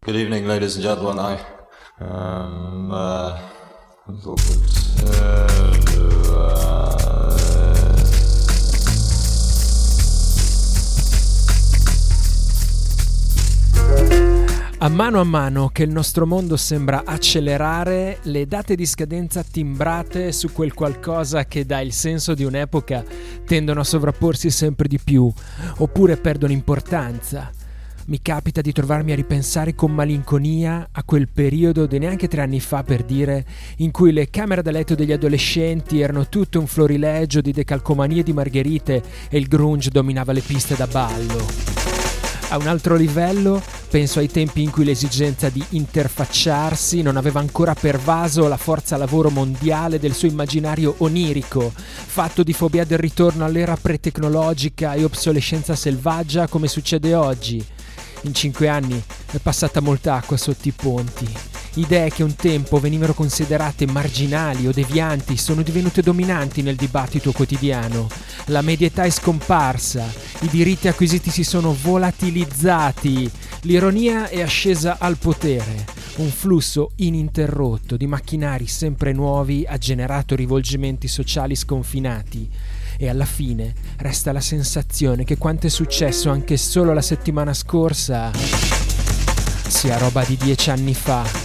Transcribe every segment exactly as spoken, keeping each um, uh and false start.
Good evening, ladies and gentlemen. I um uh, uh, A mano a mano che il nostro mondo sembra accelerare, le date di scadenza timbrate su quel qualcosa che dà il senso di un'epoca tendono a sovrapporsi sempre di più, oppure perdono importanza. Mi capita di trovarmi a ripensare con malinconia a quel periodo di neanche tre anni fa, per dire, in cui le camere da letto degli adolescenti erano tutto un florilegio di decalcomanie di margherite e il grunge dominava le piste da ballo. A un altro livello, penso ai tempi in cui l'esigenza di interfacciarsi non aveva ancora pervaso la forza lavoro mondiale del suo immaginario onirico, fatto di fobia del ritorno all'era pre-tecnologica e obsolescenza selvaggia come succede oggi. In cinque anni è passata molta acqua sotto i ponti. Idee che un tempo venivano considerate marginali o devianti sono divenute dominanti nel dibattito quotidiano. La media età è scomparsa, i diritti acquisiti si sono volatilizzati, l'ironia è ascesa al potere. Un flusso ininterrotto di macchinari sempre nuovi ha generato rivolgimenti sociali sconfinati. E alla fine resta la sensazione che quanto è successo anche solo la settimana scorsa sia roba di dieci anni fa.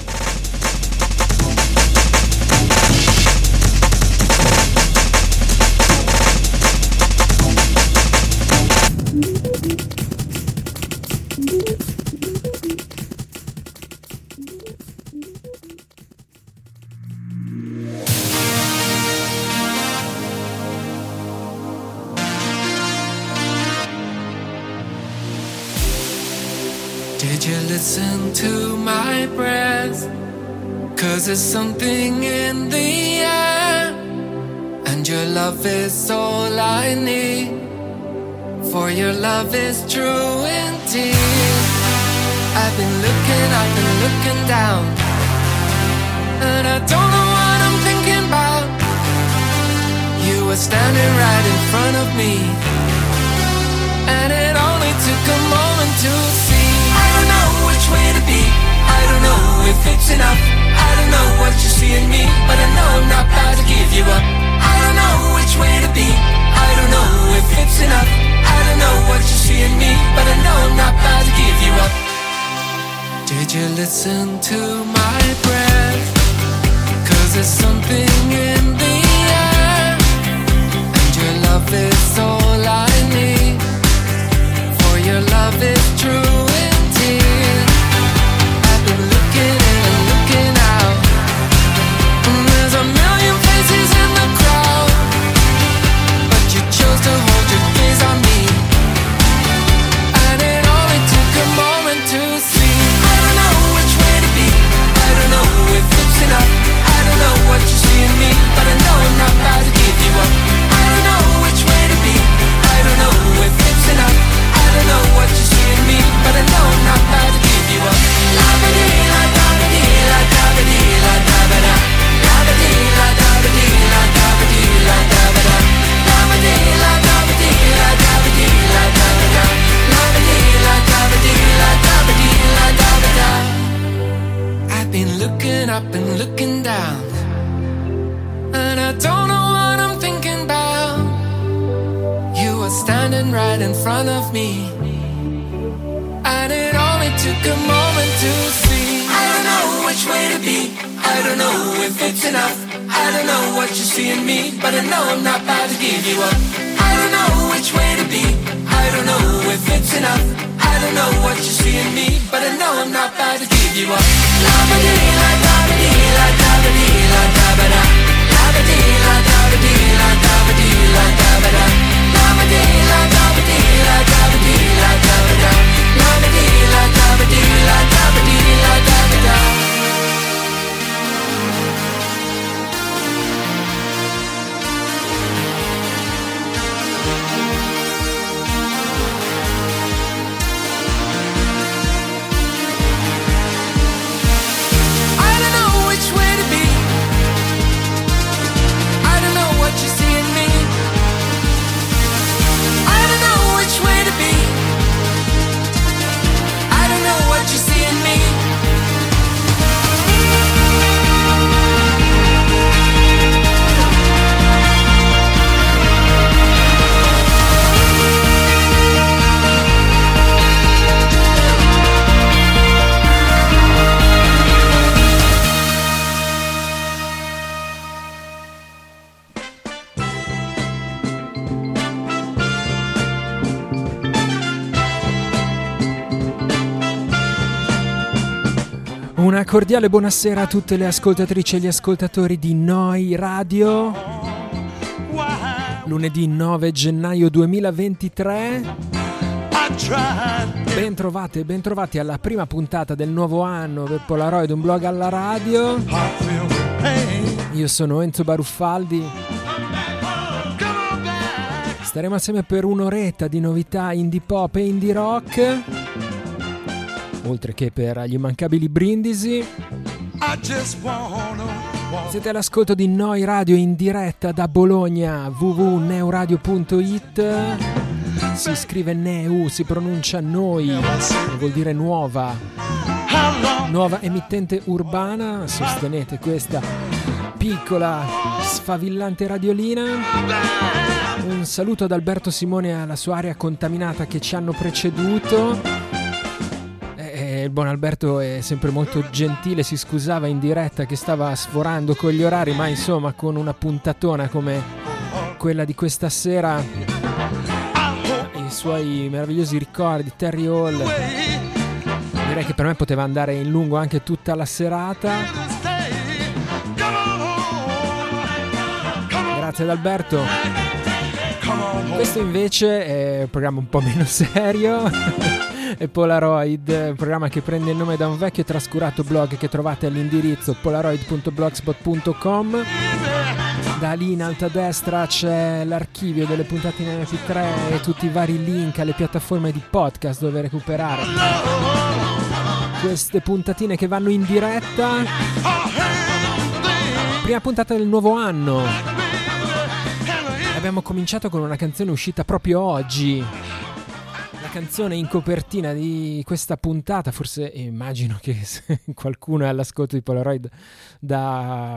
Did you listen to my breath? 'Cause there's something in the air, and your love is all I need, for your love is true indeed. I've been looking up and looking down, and I don't know what I'm thinking about. You were standing right in front of me, and it only took a moment to see. I don't know which way to be, I don't know if it's enough. I don't know what you see in me, but I know I'm not about to give you up. I don't know which way to be, I don't know if it's enough. I don't know what you see in me, but I know I'm not about to give you up. Did you listen to my breath? 'Cause there's something in the air, and your love is all I need, for your love is true indeed. I've been looking in and looking out, and there's a million faces in the crowd, but you chose to hold your gaze on me, and it only took a moment to see. I don't know which way to be, I don't know if it's enough. I don't know what you see in me, but I know I'm not about to give you up. I don't know which way to be, I don't know if it's enough. I don't know what you see in me, but I know I'm not about to give you up. La-ba-dee, la-da-ba-dee, la-da-ba-dee, la-da-ba-da. La-ba-dee, la-da-ba-dee, la-da-ba-dee, la-da-ba-da. La-ba-dee, la-da-ba-dee, la-da-ba-dee, la-da-ba-da. La-ba-dee, la-da-ba-dee, la-da-ba-dee, la-da-ba-da. I've been looking up and looking down, and I don't know what I'm thinking about. You were standing right in front of me, and it only took a moment to see. I don't know which way to be, I don't know if it's enough. I don't know what you see in me, but I know I'm not about to give you up. I don't know which way to be, I don't know if it's enough. I don't know what you see in me, but I know I'm not about to give you up. La-ba-dee, la-da-ba-dee, la-da-ba-dee, la-da-ba-da. La-ba-dee, la-da-ba-dee, la-da-ba-dee, la-da-ba-da. La-ba-dee, la-da-ba-dee, la-da-ba-dee, la-da-ba-da. La-ba-dee, la-da-ba-dee, la-da-ba-dee, la-da-ba-da. Una cordiale buonasera a tutte le ascoltatrici e gli ascoltatori di Noi Radio. Lunedì nove gennaio duemilaventitré. Bentrovate, bentrovati alla prima puntata del nuovo anno per Polaroid, un blog alla radio. Io sono Enzo Baruffaldi. Staremo assieme per un'oretta di novità indie pop e indie rock, oltre che per gli immancabili brindisi. Siete all'ascolto di Noi Radio in diretta da Bologna, w w w punto neuradio punto it. Si scrive Neu, si pronuncia Noi, vuol dire nuova. Nuova emittente urbana, sostenete questa piccola, sfavillante radiolina. Un saluto ad Alberto Simone e alla sua area contaminata che ci hanno preceduto. E il buon Alberto è sempre molto gentile, si scusava in diretta che stava sforando con gli orari, ma insomma con una puntatona come quella di questa sera, i suoi meravigliosi ricordi, Terry Hall, direi che per me poteva andare in lungo anche tutta la serata. Grazie ad Alberto. Questo invece è un programma un po' meno serio. È Polaroid, un programma che prende il nome da un vecchio e trascurato blog che trovate all'indirizzo polaroid punto blogspot punto com. Da lì in alto a destra c'è l'archivio delle puntate in emme pi tre e tutti i vari link alle piattaforme di podcast dove recuperare queste puntatine che vanno in diretta. Prima puntata del nuovo anno. Abbiamo cominciato con una canzone uscita proprio oggi. La canzone in copertina di questa puntata, forse immagino che se qualcuno è all'ascolto di Polaroid da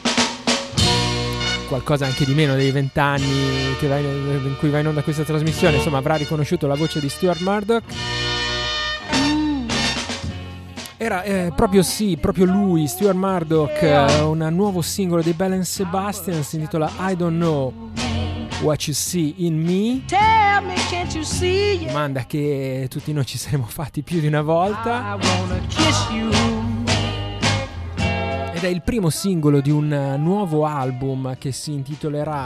qualcosa anche di meno dei vent'anni che va in, in cui va in onda questa trasmissione, insomma avrà riconosciuto la voce di Stuart Murdoch. Era eh, proprio sì, proprio lui, Stuart Murdoch, eh, un nuovo singolo dei Belle and Sebastian, si intitola I Don't Know What You See in Me. Tell me, can't you see? Domanda che tutti noi ci saremmo fatti più di una volta. I wanna kiss you. Ed è il primo singolo di un nuovo album che si intitolerà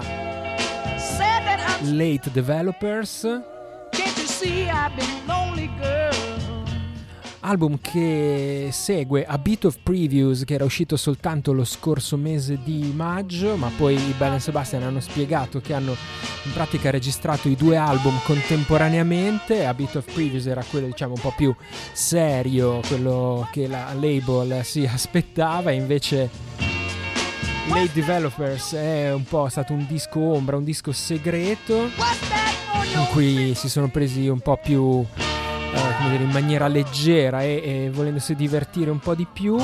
Late Developers. Can't you see I've been lonely, girl? Album che segue A Bit of Previews, che era uscito soltanto lo scorso mese di maggio, ma poi i Belle and Sebastian hanno spiegato che hanno in pratica registrato i due album contemporaneamente. A Bit of Previews era quello, diciamo, un po' più serio, quello che la label si aspettava, e invece Late Developers è un po' stato un disco ombra, un disco segreto in cui si sono presi un po' più Uh, come dire, in maniera leggera e, e volendosi divertire un po' di più.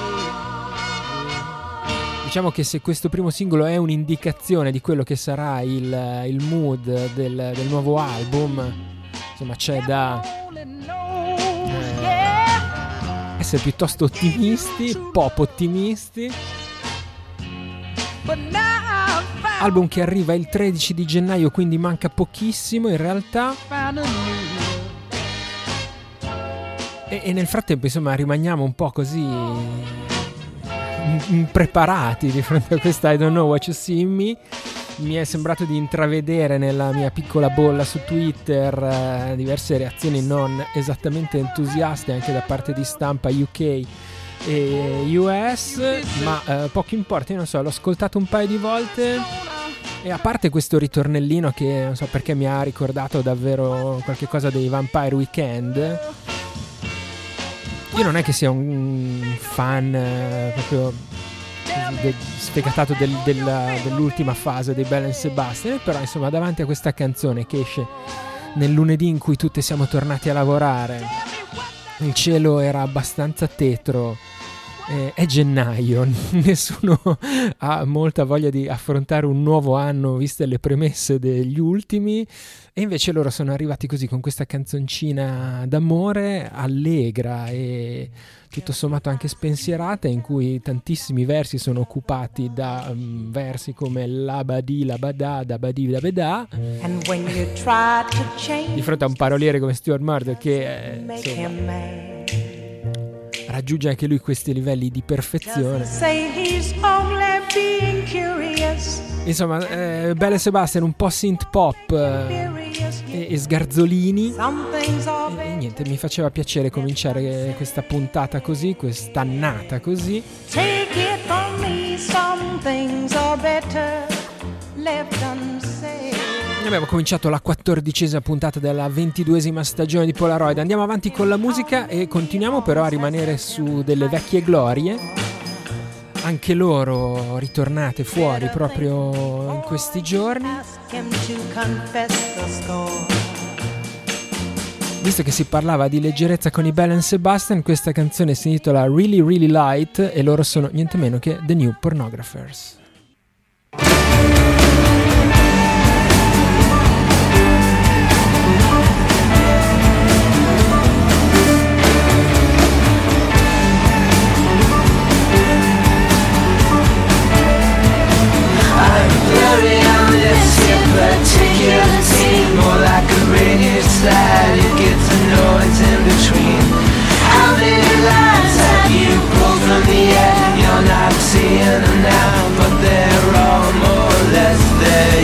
Diciamo che se questo primo singolo è un'indicazione di quello che sarà il, il mood del, del nuovo album, insomma c'è da eh, essere piuttosto ottimisti, pop ottimisti. Album che arriva il tredici di gennaio, quindi manca pochissimo in realtà. E nel frattempo, insomma, rimaniamo un po' così impreparati di fronte a questa I Don't Know What You See in Me. Mi è sembrato di intravedere nella mia piccola bolla su Twitter eh, diverse reazioni non esattamente entusiaste anche da parte di stampa U K e U S, ma eh, poco importa, io non so, l'ho ascoltato un paio di volte e a parte questo ritornellino che non so perché mi ha ricordato davvero qualche cosa dei Vampire Weekend. Io non è che sia un fan eh, proprio de- sfegatato del, della, dell'ultima fase dei Belle and Sebastian, però insomma davanti a questa canzone che esce nel lunedì in cui tutti siamo tornati a lavorare, il cielo era abbastanza tetro, eh, è gennaio, nessuno ha molta voglia di affrontare un nuovo anno viste le premesse degli ultimi, e invece loro sono arrivati così con questa canzoncina d'amore allegra e tutto sommato anche spensierata, in cui tantissimi versi sono occupati da um, versi come la badi la badà da badi da bedà, di fronte a un paroliere come Stuart Murdoch che eh, insomma, raggiunge anche lui questi livelli di perfezione. Insomma, eh, Belle Sebastian, un po' synth pop eh, e, e sgarzolini, e, e niente, mi faceva piacere cominciare questa puntata così, quest'annata così. Take it from me, some things are better left unsaid. Abbiamo cominciato la quattordicesima puntata della ventiduesima stagione di Polaroid. Andiamo avanti con la musica e continuiamo però a rimanere su delle vecchie glorie, anche loro ritornate fuori proprio in questi giorni. Visto che si parlava di leggerezza con i Belle Sebastian, questa canzone si intitola Really Really Light e loro sono niente meno che The New Pornographers. Particular scene, more like a radio slide. You get to know it's in between. How many lines have you pulled from the air? You're not seeing them now, but they're all more or less there,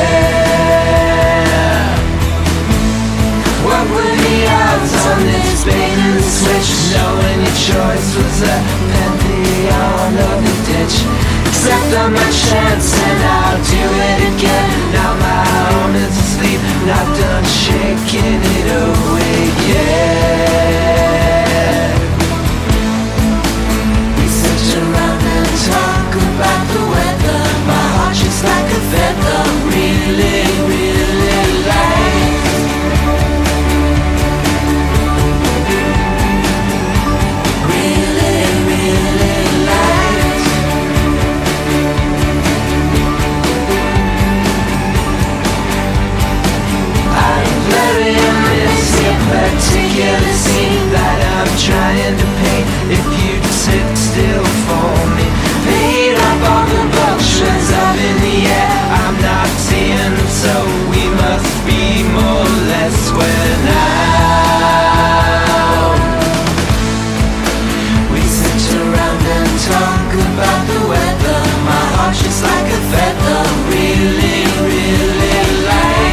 yeah. What were the odds on this bait and switch? Knowing your choice was a pantheon of the ditch. Except on my chance and I'll do it again. Now my arm is asleep, not done shaking it away, yeah. We sit around and talk about the weather. My heart just like a feather, really, really light. Really, really light. Particular scene that I'm trying to paint. If you'd sit still for me, paint up all the vultures up in the air. I'm not seeing them, so we must be more or less where now. We sit around and talk about the weather. My heart's just like a feather, really, really light.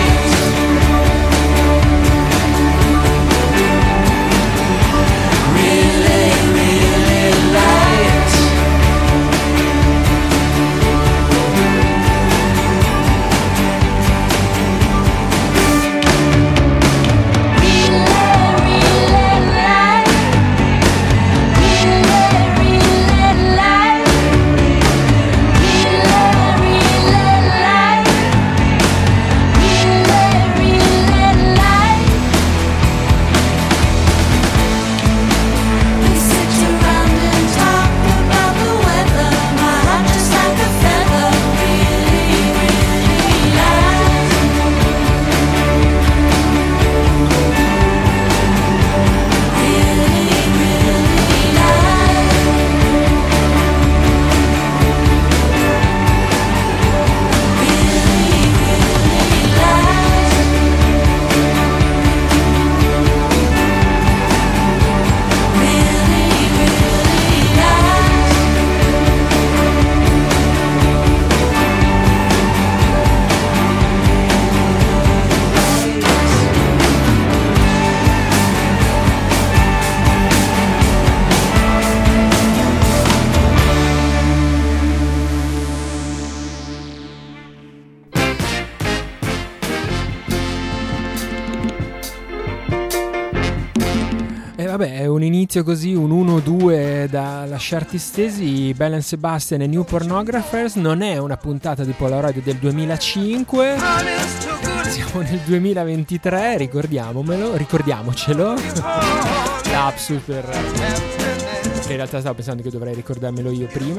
Vabbè, è un inizio così, un uno due da lasciarti stesi. Belle Sebastian e New Pornographers. Non è una puntata di Polaroid del duemilacinque, siamo nel duemilaventitré, ricordiamomelo, ricordiamocelo. Lapsus per... perché in realtà stavo pensando che dovrei ricordarmelo io prima.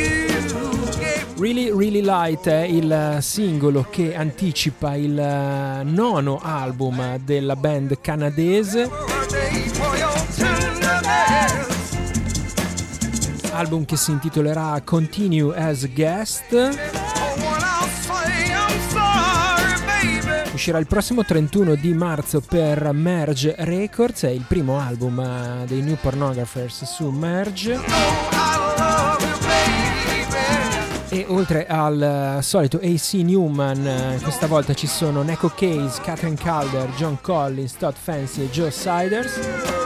Really Really Light è il singolo che anticipa il nono album della band canadese, album che si intitolerà Continue as Guest. Uscirà il prossimo trentuno di marzo per Merge Records, è il primo album uh, dei New Pornographers su Merge. E oltre al uh, solito A C Newman, uh, questa volta ci sono Neko Case, Catherine Calder, John Collins, Todd Fancy e Joe Siders.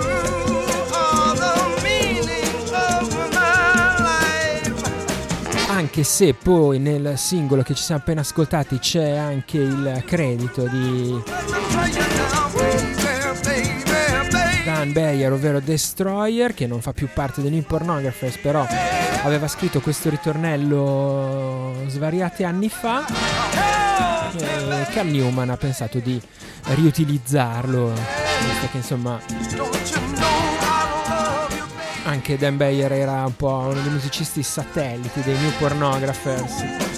Anche se poi nel singolo che ci siamo appena ascoltati c'è anche il credito di Dan Beyer, ovvero Destroyer, che non fa più parte dei New Pornographers, però aveva scritto questo ritornello svariati anni fa e Cal Newman ha pensato di riutilizzarlo, visto che insomma anche Dan Beyer era un po' uno dei musicisti satelliti dei New Pornographers.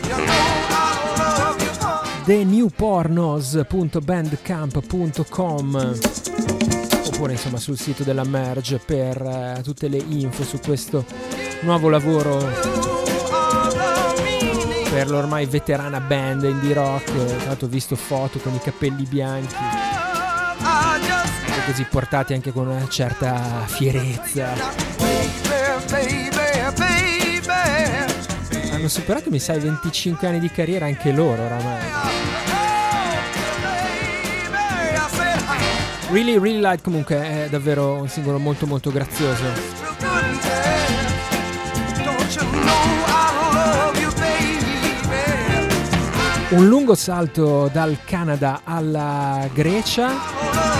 the new pornos punto bandcamp punto com, oppure insomma sul sito della Merge per uh, tutte le info su questo nuovo lavoro per l'ormai veterana band indie rock. Tra l'altro ho visto foto con i capelli bianchi, così portati anche con una certa fierezza. Hanno superato, mi sa, i venticinque anni di carriera anche loro oramai. Really Really Light comunque è davvero un singolo molto molto grazioso. Un lungo salto dal Canada alla Grecia.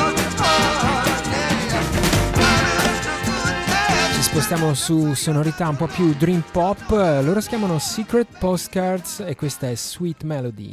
Spostiamo su sonorità un po' più dream pop. Loro si chiamano Secret Postcards e questa è Sweet Melody.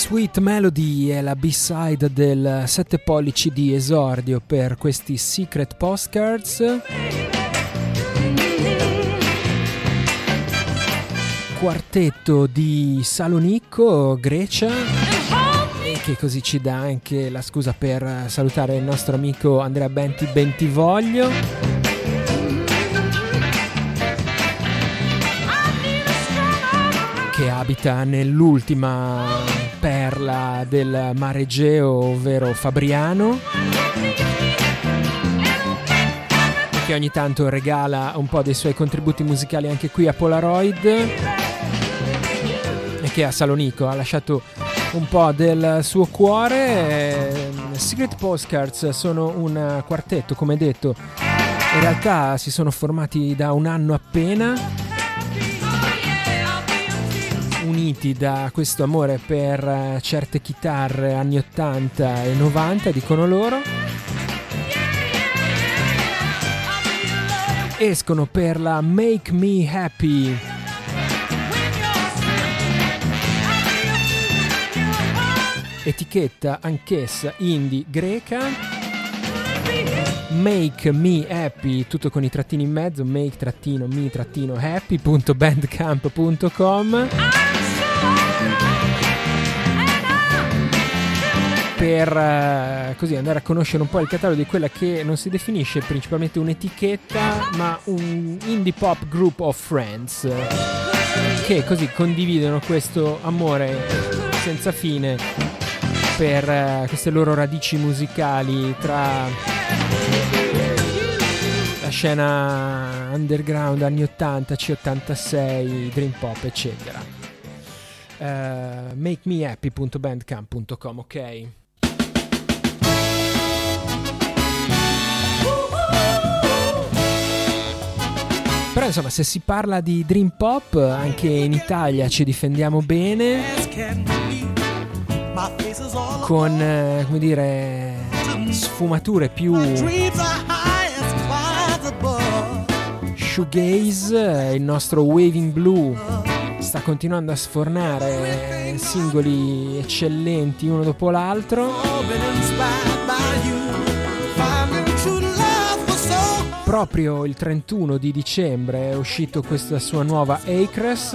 Sweet Melody è la B-side del sette pollici di esordio per questi Secret Postcards. Quartetto di Salonicco, Grecia, e che così ci dà anche la scusa per salutare il nostro amico Andrea Benti Bentivoglio, che abita nell'ultima perla del Mar Egeo, ovvero Fabriano, che ogni tanto regala un po' dei suoi contributi musicali anche qui a Polaroid, e che a Salonicco ha lasciato un po' del suo cuore. Secret Postcards sono un quartetto, come detto, in realtà si sono formati da un anno appena, uniti da questo amore per certe chitarre anni ottanta e novanta, dicono loro. Escono per la Make Me Happy etichetta anch'essa indie greca. Make Me Happy, tutto con i trattini in mezzo, make-me-happy punto bandcamp punto com, per uh, così andare a conoscere un po' il catalogo di quella che non si definisce principalmente un'etichetta, ma un indie pop group of friends, che così condividono questo amore senza fine per uh, queste loro radici musicali tra la scena underground anni ottanta, C ottantasei, dream pop, eccetera. uh, make me happy punto bandcamp punto com, ok? Però insomma, se si parla di dream pop, anche in Italia ci difendiamo bene con, eh, come dire, sfumature più shoegaze. Il nostro Waving Blue sta continuando a sfornare singoli eccellenti uno dopo l'altro. Proprio il trentuno di dicembre è uscito questa sua nuova Acres,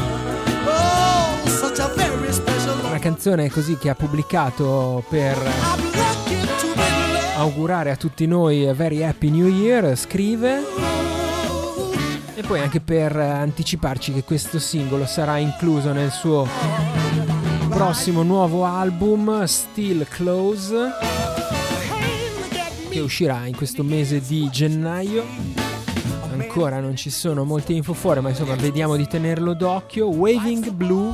una canzone così che ha pubblicato per augurare a tutti noi a Very Happy New Year, scrive, e poi anche per anticiparci che questo singolo sarà incluso nel suo prossimo nuovo album Still Close, che uscirà in questo mese di gennaio. Ancora non ci sono molte info fuori, ma insomma vediamo di tenerlo d'occhio. Waving Blue,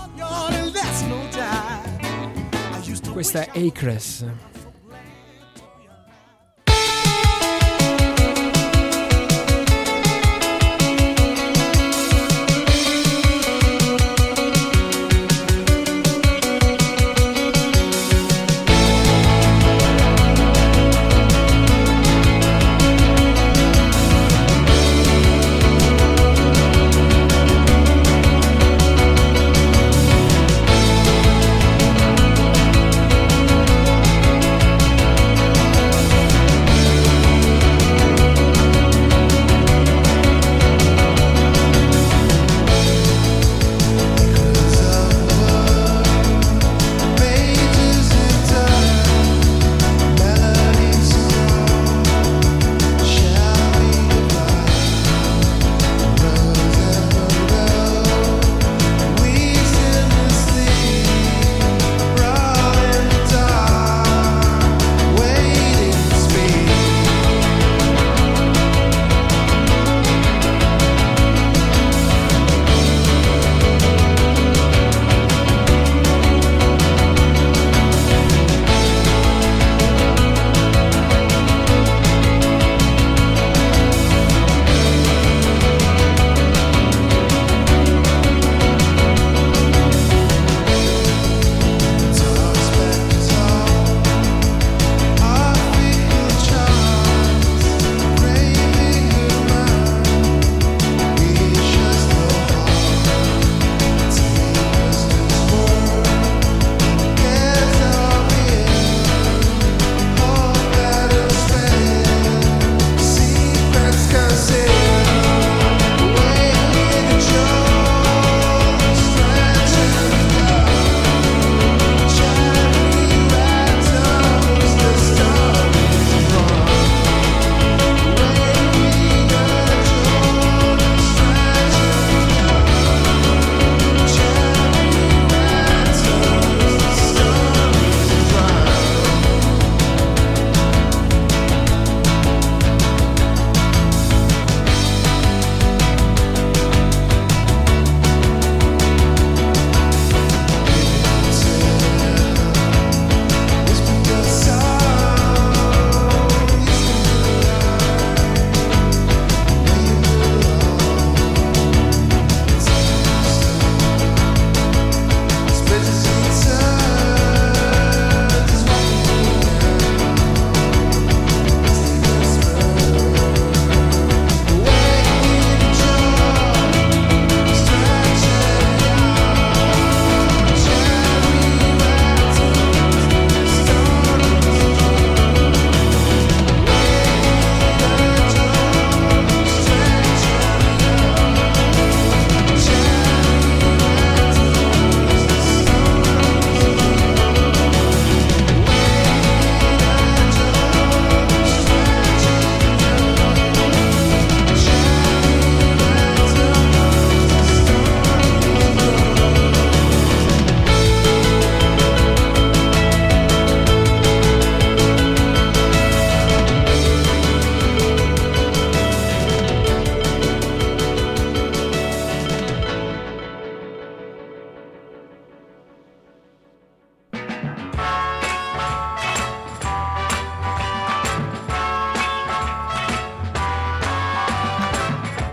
questa è Acres.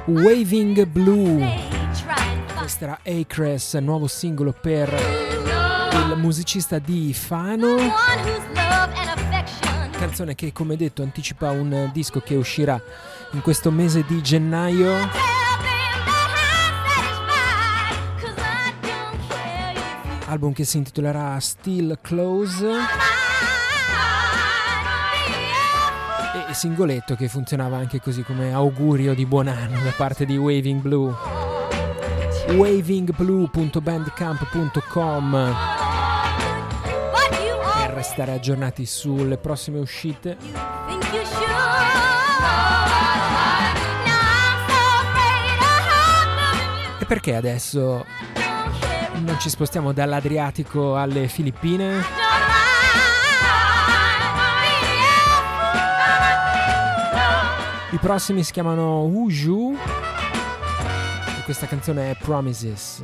Waving Blue. Questo era Acres, nuovo singolo per il musicista di Fano. Canzone che, come detto, anticipa un disco che uscirà in questo mese di gennaio. Album che si intitolerà Still Close. E singoletto che funzionava anche così come augurio di buon anno da parte di Waving Blue. waving blue punto bandcamp punto com per restare aggiornati sulle prossime uscite. E perché adesso non ci spostiamo dall'Adriatico alle Filippine? I prossimi si chiamano Uju e questa canzone è Promises.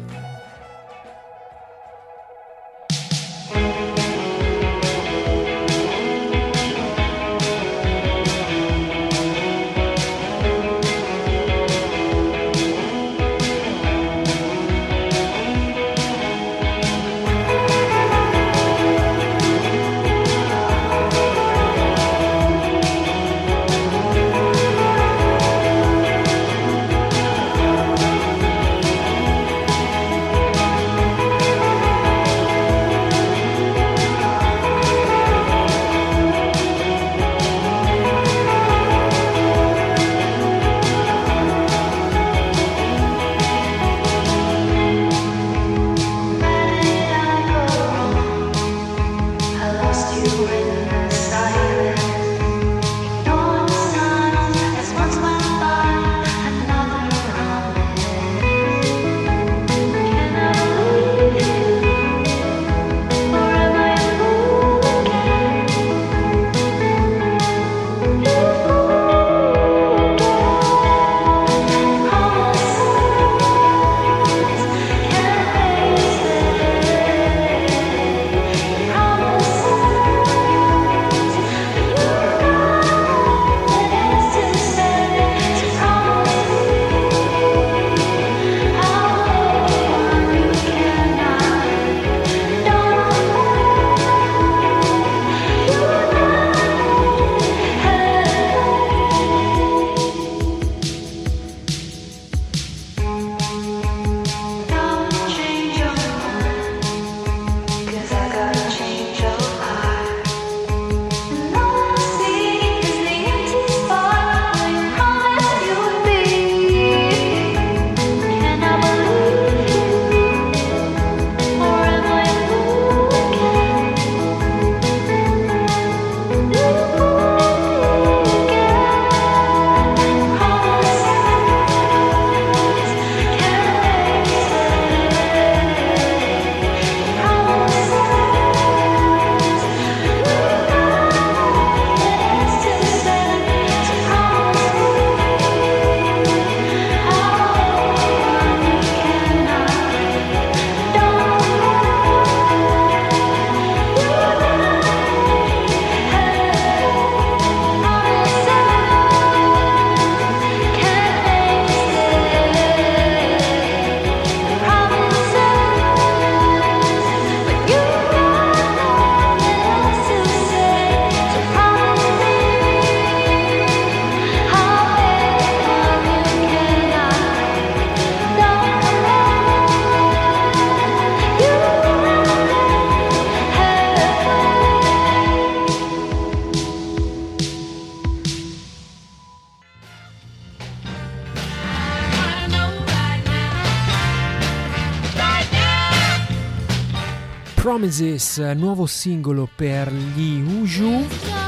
Promises, nuovo singolo per gli Uju,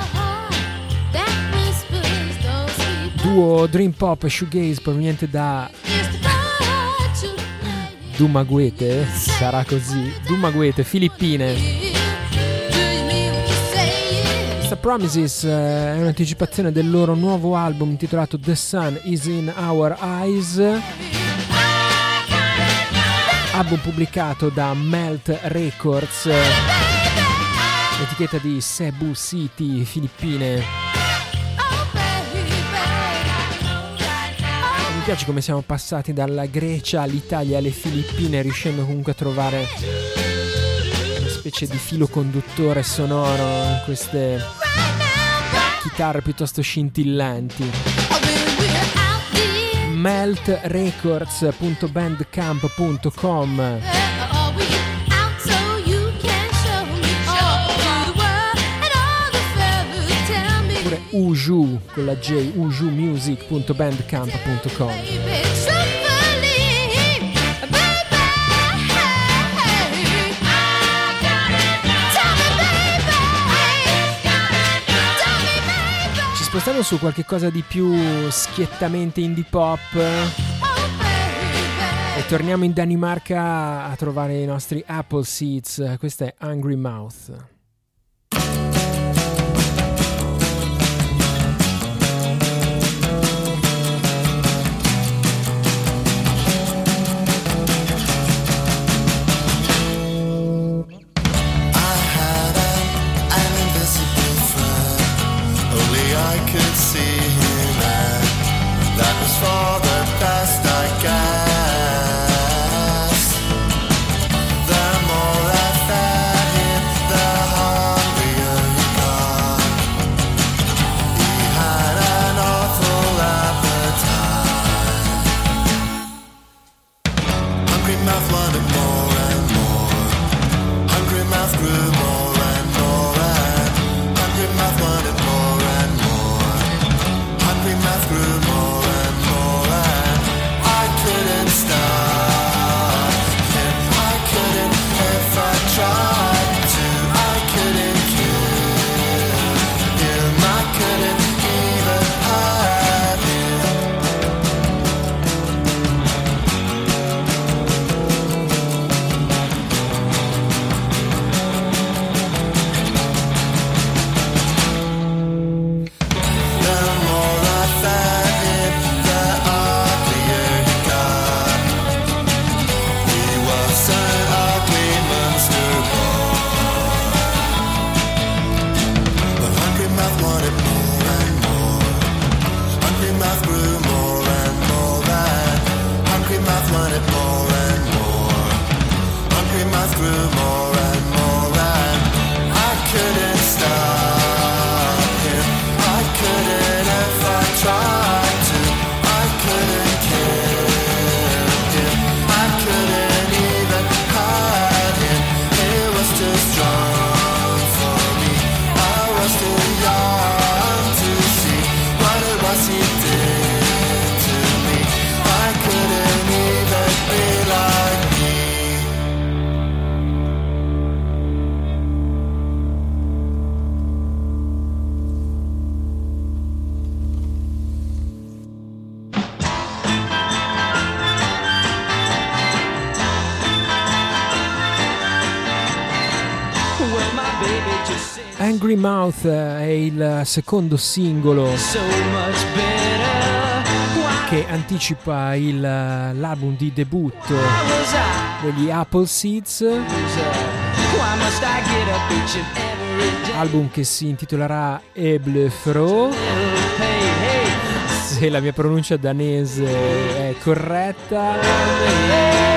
duo dream pop e shoegaze proveniente da Dumaguete, sarà così, Dumaguete, Filippine. Questa Promises è un'anticipazione del loro nuovo album intitolato The Sun Is In Our Eyes, album pubblicato da Melt Records, etichetta di Cebu City, Filippine. piace come siamo passati dalla Grecia all'Italia alle Filippine, riuscendo comunque a trovare una specie di filo conduttore sonoro in queste chitarre piuttosto scintillanti. melt records punto bandcamp punto com. Oppure Uju con la J, uju music punto bandcamp punto com. Ci spostiamo su qualche cosa di più schiettamente indie pop e torniamo in Danimarca a trovare i nostri Apple Seeds. Questa è Hungry Mouth. For the best, I guess. The more I fed him, the hungrier he got. He had an awful appetite. Hungry mouth wanted more and more. Hungry mouth grew more and more, and hungry mouth wanted more and more. Hungry mouth grew more. Couldn't stop him, I couldn't if I tried to, I couldn't kill him, I couldn't even hide The more I fed him, the uglier he got. He was an ugly monster boy. The hungry mouth wanted more and more. Hungry mouth grew more and more, and hungry mouth wanted more and more. Hungry mouth grew more and more, and I couldn't stop him, I couldn't if I tried to, I couldn't kill him, I couldn't even hide him. He was too strong for me, I was too young to see what it was he did to me. I couldn't even be like me. Angry Mouth è il secondo singolo che anticipa il, l'album di debutto degli Apple Seeds, album che si intitolerà Eble Fro. Se la mia pronuncia danese è corretta.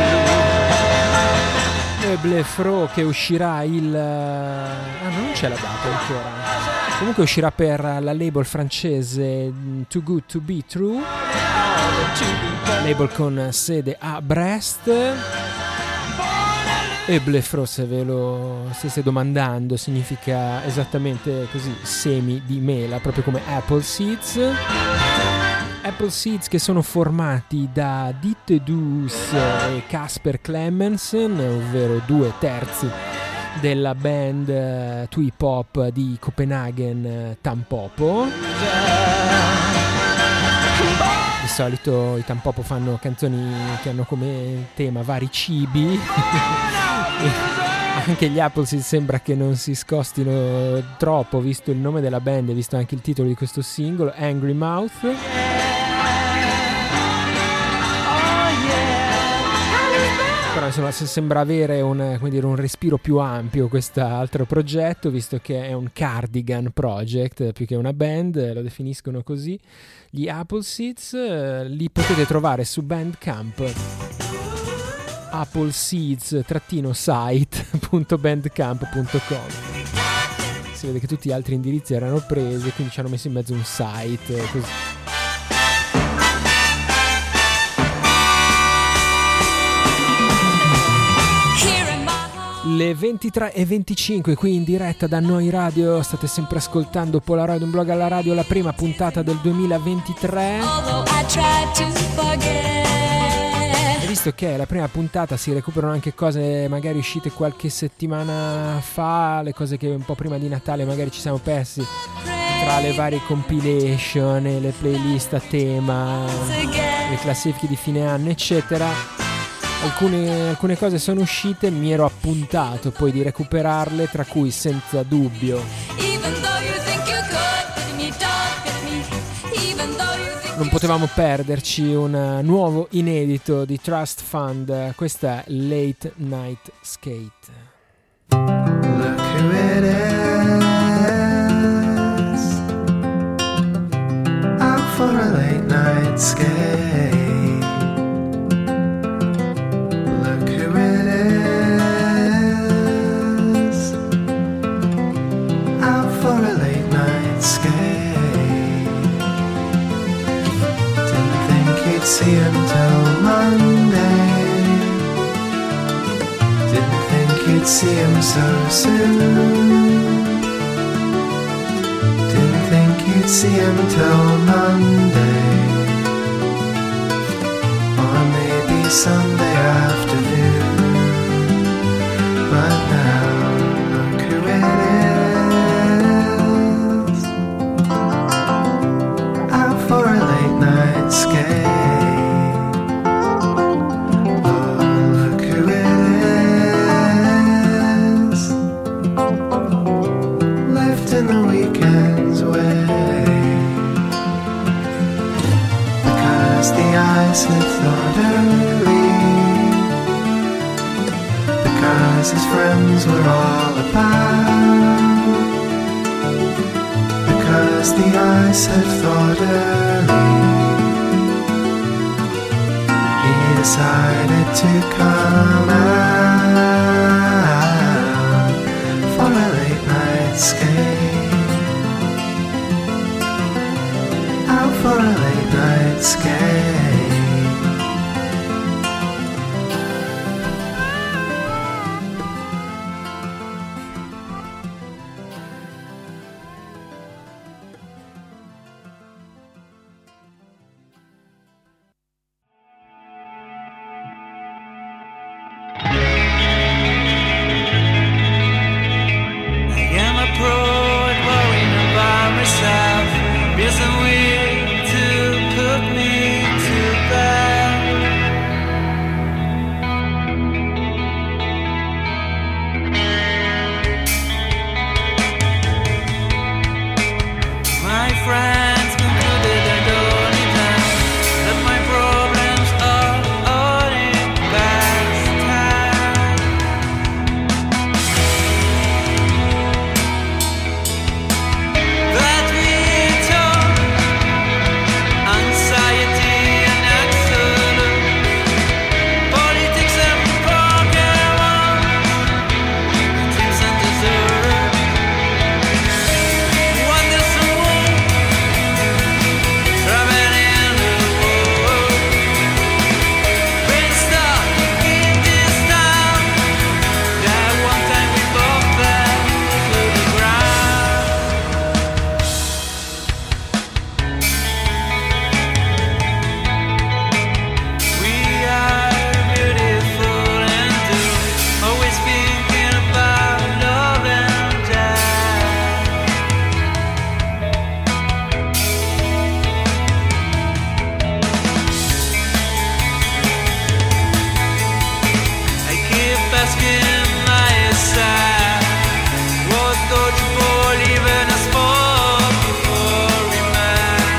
Eble Fro, che uscirà il... ah, non c'è la data ancora. Comunque uscirà per la label francese Too Good To Be True, label con sede a Brest. Eble Fro, se ve lo stesse domandando, significa esattamente così, semi di mela, proprio come Apple Seeds. Apple Seeds che sono formati da Ditte Dus e Casper Clemmensen, ovvero due terzi della band uh, twee pop di Copenaghen, uh, Tampopo. Di solito i Tampopo fanno canzoni che hanno come tema vari cibi. Anche gli Apple Seeds sembra che non si scostino troppo, visto il nome della band e visto anche il titolo di questo singolo, Angry Mouth. Però insomma, sembra avere un, come dire, un respiro più ampio quest'altro progetto, visto che è un cardigan project più che una band, lo definiscono così gli Appleseeds. Eh, li potete trovare su Bandcamp, appleseeds-site punto bandcamp punto com. Si vede che tutti gli altri indirizzi erano presi, quindi ci hanno messo in mezzo un site così. Le ventitré e venticinque qui in diretta da Noi Radio, state sempre ascoltando Polaroid, un blog alla radio, la prima puntata del duemilaventitré. E visto che è la prima puntata si recuperano anche cose magari uscite qualche settimana fa, le cose che un po' prima di Natale magari ci siamo persi tra le varie compilation e le playlist a tema, le classifiche di fine anno eccetera. Alcune, alcune cose sono uscite, mi ero appuntato poi di recuperarle, tra cui senza dubbio non potevamo perderci un nuovo inedito di Trust Fund, questa è Late Night Skate. Look who it is, out for a late night skate. See him till Monday. Didn't think you'd see him so soon. Didn't think you'd see him till Monday, or maybe Sunday afternoon. But now look who it is, out for a late night skate. In the weekend's way, because the ice had thawed early, because his friends were all about, because the ice had thawed early, he decided to come out for a late night skate. For a late night skate. I am a pro at worrying about myself. Isn't weird to put me to bed. My friends concluded I don't need them, that my problems are all in past time. That we talk anxiety and absolute politics and Pokemon, dreams and desert. Wonders and war, traveling in the world. Been stuck in this town that one time we both fell to the ground. We are beautiful and do, always thinking about love and death. I keep asking myself, what dodgeball even a sport before we met?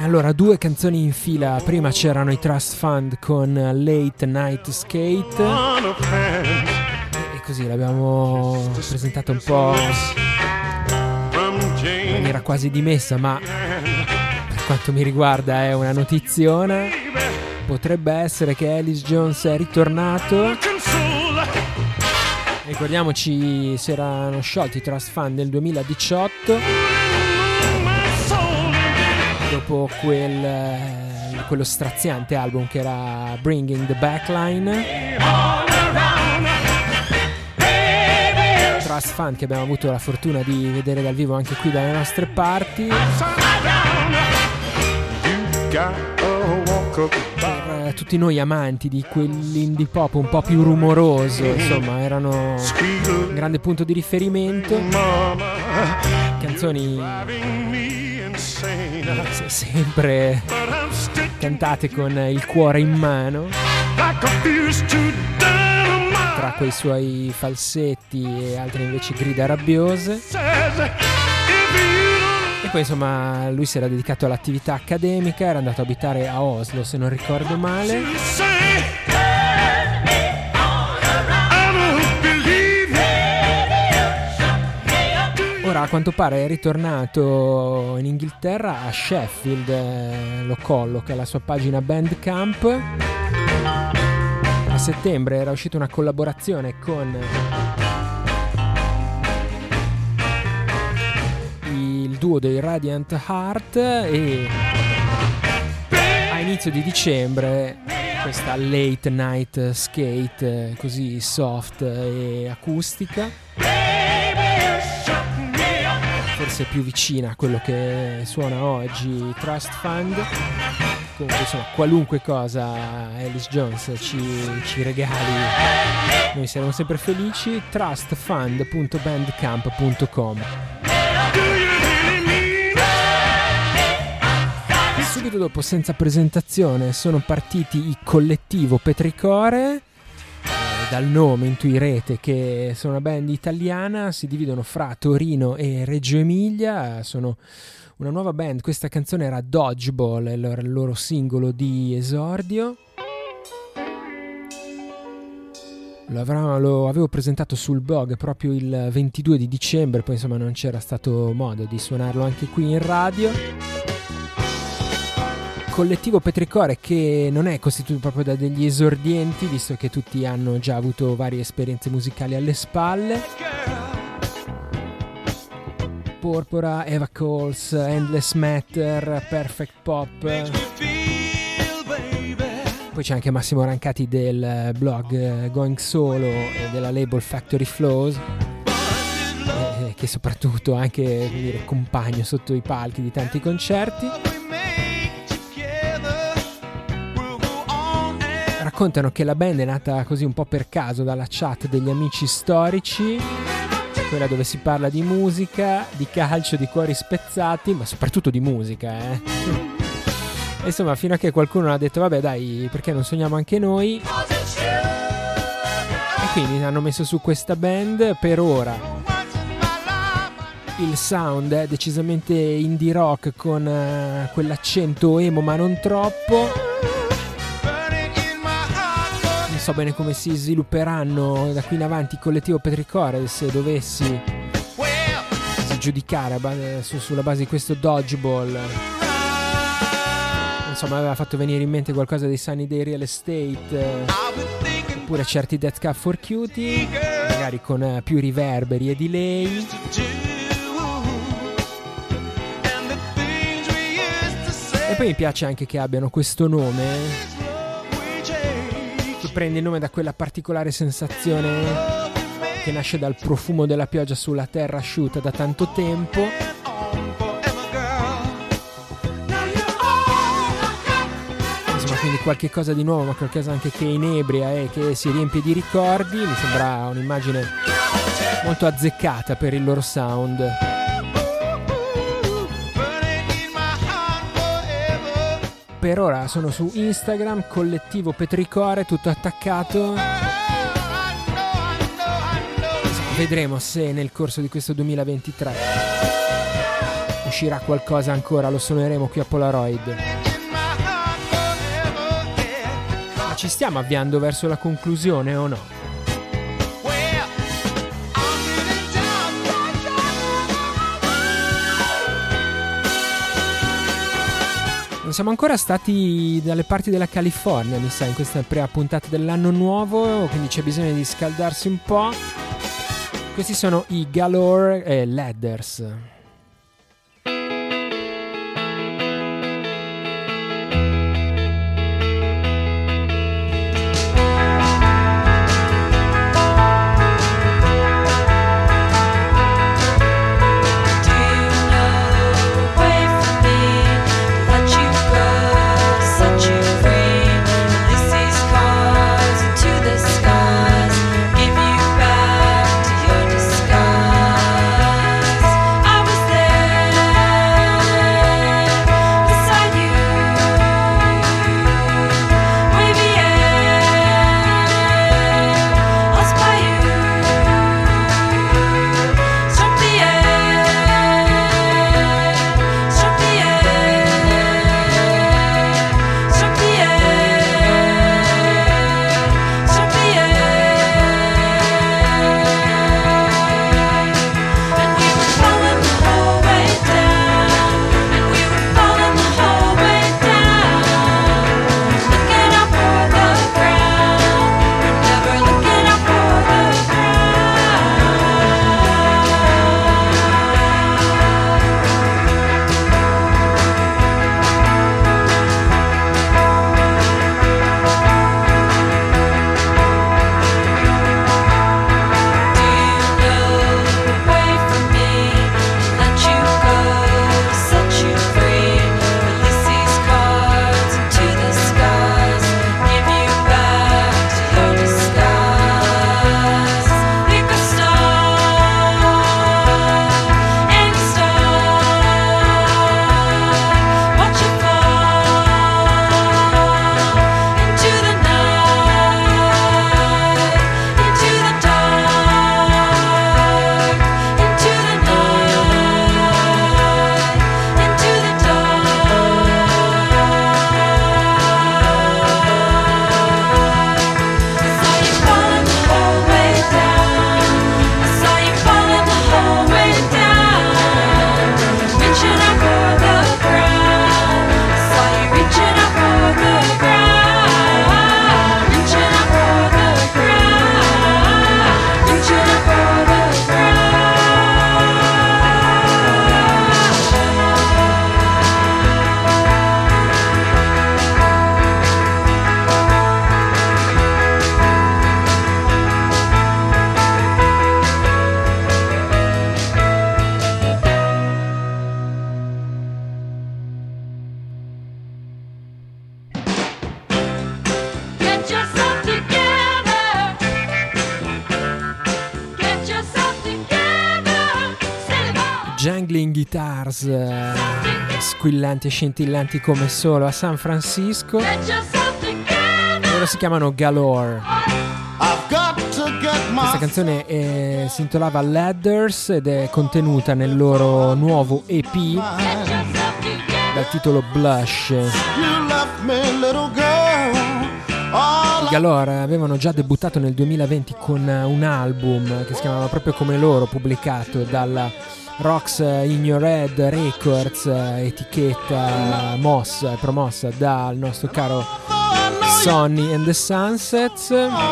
Allora, due canzoni in fila. Prima c'erano i Trust Fund con Late Night Skate, e così l'abbiamo presentata un po' in maniera quasi dimessa, ma per quanto mi riguarda è una notiziona. Potrebbe essere che Alice Jones è ritornato. Ricordiamoci, si erano sciolti i Trust Fund nel duemiladiciotto, dopo quel, quello straziante album che era Bringing the Backline. Trust Fund che abbiamo avuto la fortuna di vedere dal vivo anche qui dalle nostre parti. Per tutti noi amanti di quell'indie pop un po' più rumoroso, insomma, erano un grande punto di riferimento. Canzoni sempre cantate con il cuore in mano, tra quei suoi falsetti e altre invece grida rabbiose. E poi insomma lui si era dedicato all'attività accademica, era andato a abitare a Oslo se non ricordo male. Ora a quanto pare è ritornato in Inghilterra, a Sheffield, eh, lo colloca la sua pagina Bandcamp. A settembre era uscita una collaborazione con il duo dei Radiant Heart, e a inizio di dicembre questa Late Night Skate così soft e acustica, forse più vicina a quello che suona oggi Trust Fund. Comunque insomma, qualunque cosa Alice Jones ci, ci regali, noi saremo sempre felici. trustfund punto bandcamp punto com. Subito dopo, senza presentazione, sono partiti i Collettivo Petricore. Eh, dal nome intuirete che sono una band italiana, si dividono fra Torino e Reggio Emilia, sono una nuova band. Questa canzone era Dodgeball, il loro, il loro singolo di esordio. Lo, avrò, lo avevo presentato sul blog proprio il ventidue di dicembre, poi insomma non c'era stato modo di suonarlo anche qui in radio. Collettivo Petricore che non è costituito proprio da degli esordienti, visto che tutti hanno già avuto varie esperienze musicali alle spalle. Porpora, Eva Coles, Endless Matter, Perfect Pop. Poi c'è anche Massimo Rancati del blog Going Solo e della label Factory Flows, eh, che soprattutto anche, come dire, compagno sotto i palchi di tanti concerti. Raccontano che la band è nata così un po' per caso dalla chat degli amici storici, quella dove si parla di musica, di calcio, di cuori spezzati, ma soprattutto di musica, eh. E insomma, fino a che qualcuno ha detto vabbè dai, perché non suoniamo anche noi? E quindi hanno messo su questa band. Per ora il sound è decisamente indie rock con uh, quell'accento emo ma non troppo. Non so bene come si svilupperanno da qui in avanti il Collettivo Petricore, se dovessi giudicare a base, su, sulla base di questo Dodgeball. Insomma, aveva fatto venire in mente qualcosa dei Sunny Day Real Estate, eh, oppure certi Death Cab for Cutie, magari con eh, più riverberi e delay. E poi mi piace anche che abbiano questo nome, che prende il nome da quella particolare sensazione che nasce dal profumo della pioggia sulla terra asciutta da tanto tempo. Insomma, quindi qualche cosa di nuovo, ma qualcosa anche che inebria e che si riempie di ricordi. Mi sembra un'immagine molto azzeccata per il loro sound. Per ora sono su Instagram, Collettivo Petricore, tutto attaccato. Vedremo se nel corso di questo duemilaventitré uscirà qualcosa ancora, lo suoneremo qui a Polaroid. Ma ci stiamo avviando verso la conclusione o no? Non siamo ancora stati dalle parti della California, mi sa, in questa prima puntata dell'anno nuovo, quindi c'è bisogno di scaldarsi un po'. Questi sono i Galore e Ladders. Jangling Guitars, eh, squillanti e scintillanti come solo a San Francisco. Loro si chiamano Galore. Questa canzone è, si intitolava Ladders ed è contenuta nel loro nuovo E P dal titolo Blush. I Galore avevano già debuttato nel duemilaventi con un album che si chiamava proprio come loro, pubblicato dalla Rocks in Your Head Records, etichetta mossa e promossa dal nostro caro Sonny and the Sunsets.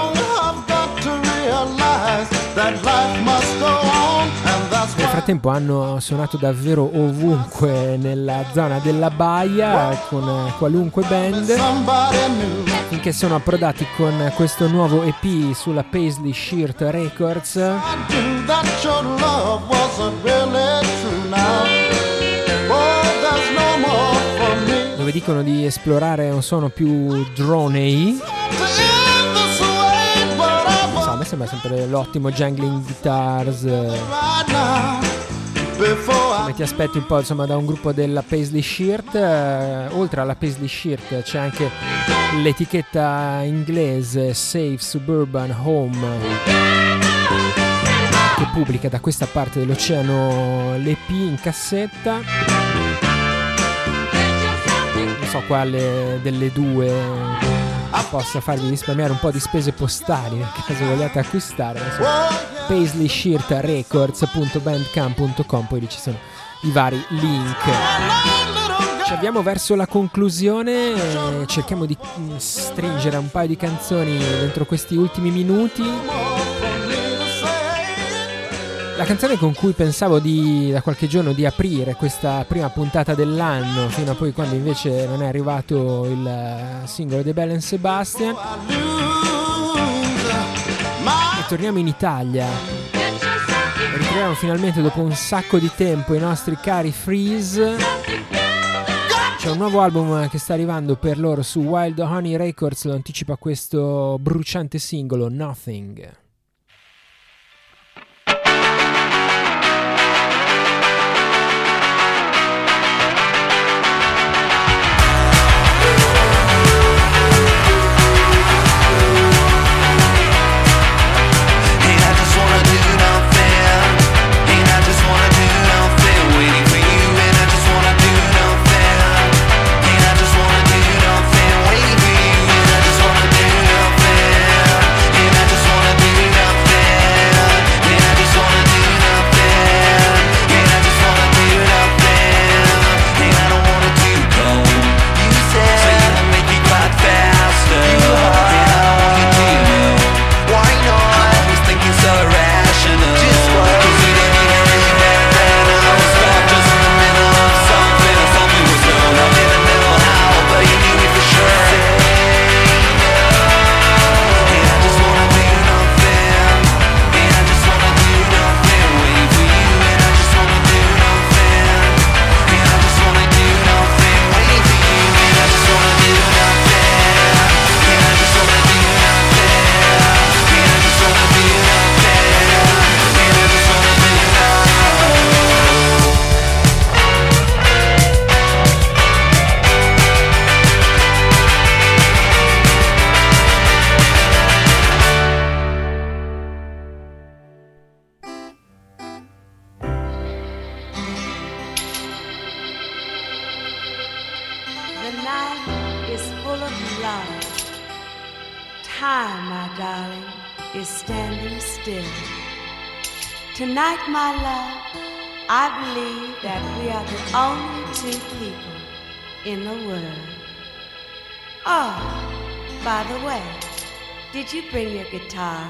Nel frattempo hanno suonato davvero ovunque nella zona della Baia con qualunque band, finché sono approdati con questo nuovo E P sulla Paisley Shirt Records, dove dicono di esplorare un suono più droney. Non so, a me sembra sempre l'ottimo Jangling Guitars, come ti aspetti un po', insomma, da un gruppo della Paisley Shirt. Eh, oltre alla Paisley Shirt c'è anche l'etichetta inglese Safe Suburban Home, che pubblica da questa parte dell'oceano l'E P in cassetta. Non so quale delle due possa farvi risparmiare un po' di spese postali nel caso vogliate acquistare. paisley shirt records punto bandcamp punto com, poi lì ci sono i vari link. Ci avviamo verso la conclusione, eh, cerchiamo di stringere un paio di canzoni dentro questi ultimi minuti. La canzone con cui pensavo di, da qualche giorno di aprire questa prima puntata dell'anno, fino a poi quando invece non è arrivato il singolo di Belle and Sebastian. E torniamo in Italia. Ritroviamo finalmente dopo un sacco di tempo i nostri cari Freeze. C'è un nuovo album che sta arrivando per loro su Wild Honey Records, lo anticipa questo bruciante singolo Nothing. Time, my darling, is standing still. Tonight, my love, I believe that we are the only two people in the world. Oh, by the way, did you bring your guitar?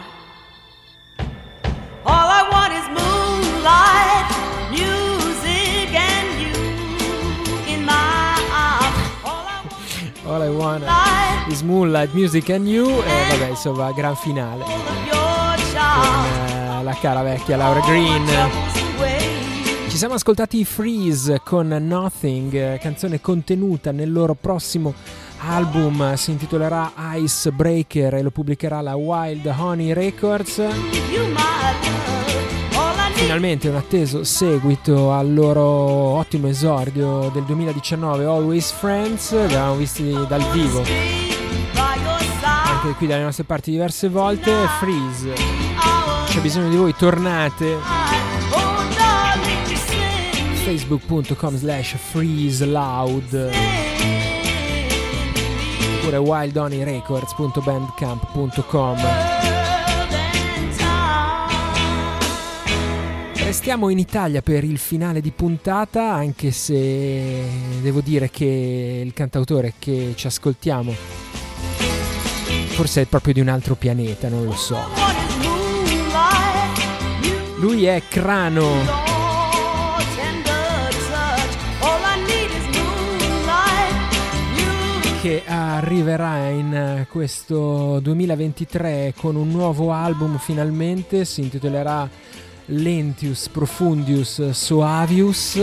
All I want is moonlight, music, and you in my arms. All I want, All I want is moonlight, music, and you. E vabbè, insomma, gran finale con eh, la cara vecchia Laura Green. Ci siamo ascoltati i Freeze con Nothing, canzone contenuta nel loro prossimo album, si intitolerà Icebreaker e lo pubblicherà la Wild Honey Records. Finalmente un atteso seguito al loro ottimo esordio del duemiladiciannove, Always Friends. Li avevamo visti dal vivo anche qui dalle nostre parti diverse volte. Freeze, c'è bisogno di voi, tornate. facebook punto com slash freeze loud oppure wild honey records punto bandcamp punto com. Restiamo in Italia per il finale di puntata, anche se devo dire che il cantautore che ci ascoltiamo forse è proprio di un altro pianeta, non lo so. Lui è Crano, che arriverà in questo duemilaventitré con un nuovo album finalmente, si intitolerà Lentius Profundius Suavius,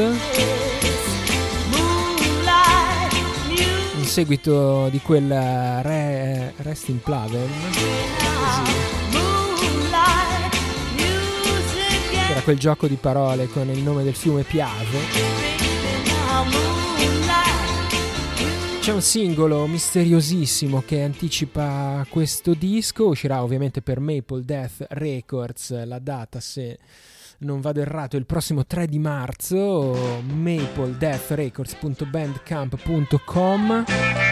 in seguito di quel Re, Rest in Plavem, che era quel gioco di parole con il nome del fiume Piave. C'è un singolo misteriosissimo che anticipa questo disco, uscirà ovviamente per Maple Death Records, la data se non vado errato è il prossimo tre di marzo, maple death records punto bandcamp punto com.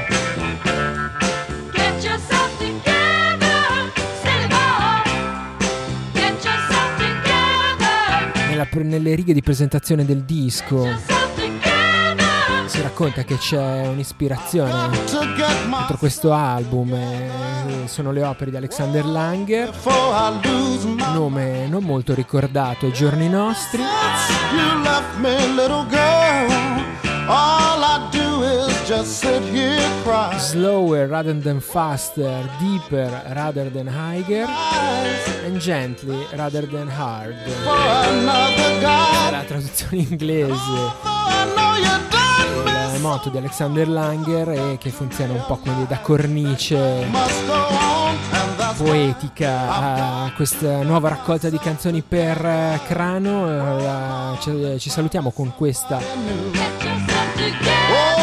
Get yourself together, silly boy. Get yourself together. Nella, nelle righe di presentazione del disco Yourself together. si racconta che c'è un'ispirazione dietro questo album, eh, sono le opere di Alexander Langer, nome non molto ricordato ai giorni nostri. You left me, little girl. All I do is just sit here cry. Slower rather than faster, deeper rather than higher, and gently rather than hard. For another È guy. la traduzione inglese. I know you done me. Il motto di Alexander Langer è che funziona un po' come da cornice Must go on, and that's poetica a questa nuova raccolta di canzoni per eh, Crano. Eh, la- ci, ci salutiamo con questa Get yourself together.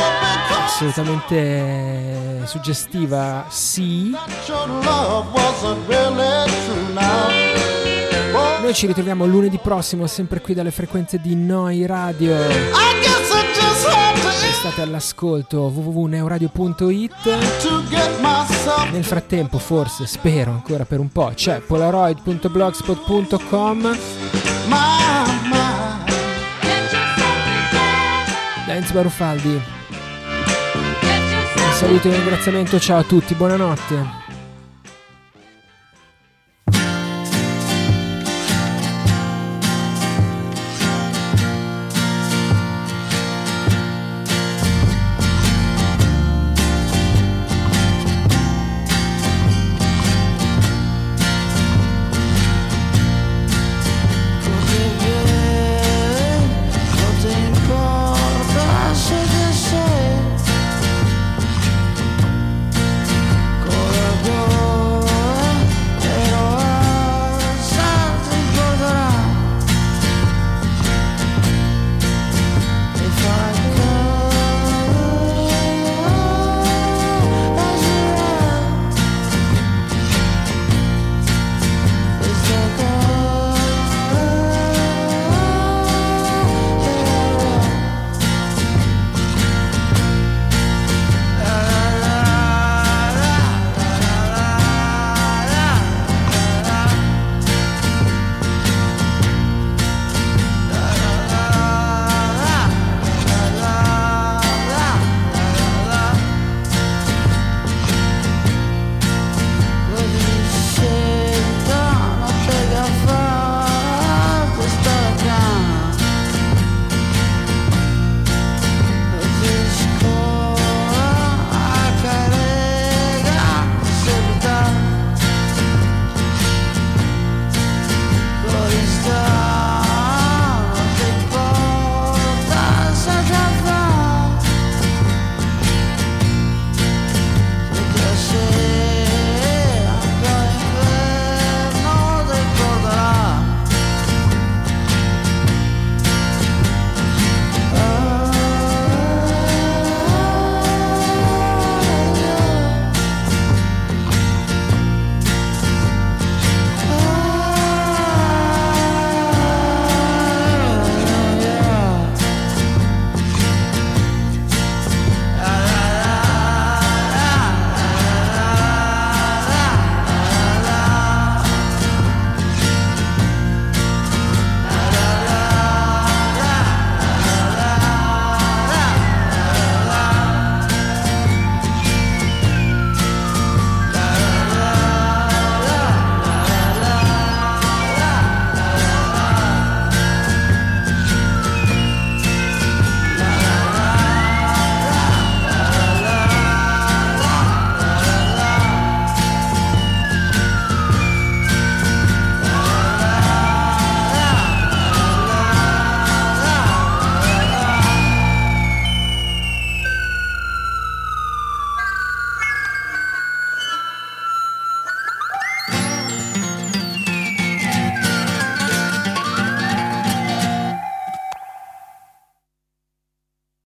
assolutamente suggestiva Sì. your love wasn't really true now. Oh, Noi ci ritroviamo lunedì prossimo sempre qui dalle frequenze di Noi Radio. I guess I just had to State all'ascolto w w w punto neuradio punto it. to get myself. Nel frattempo, forse, spero ancora per un po', c'è polaroid punto blogspot punto com. My, my. Get yourself together. Da Enzo Barufaldi, Get un yourself saluto e un ringraziamento, ciao a tutti, buonanotte.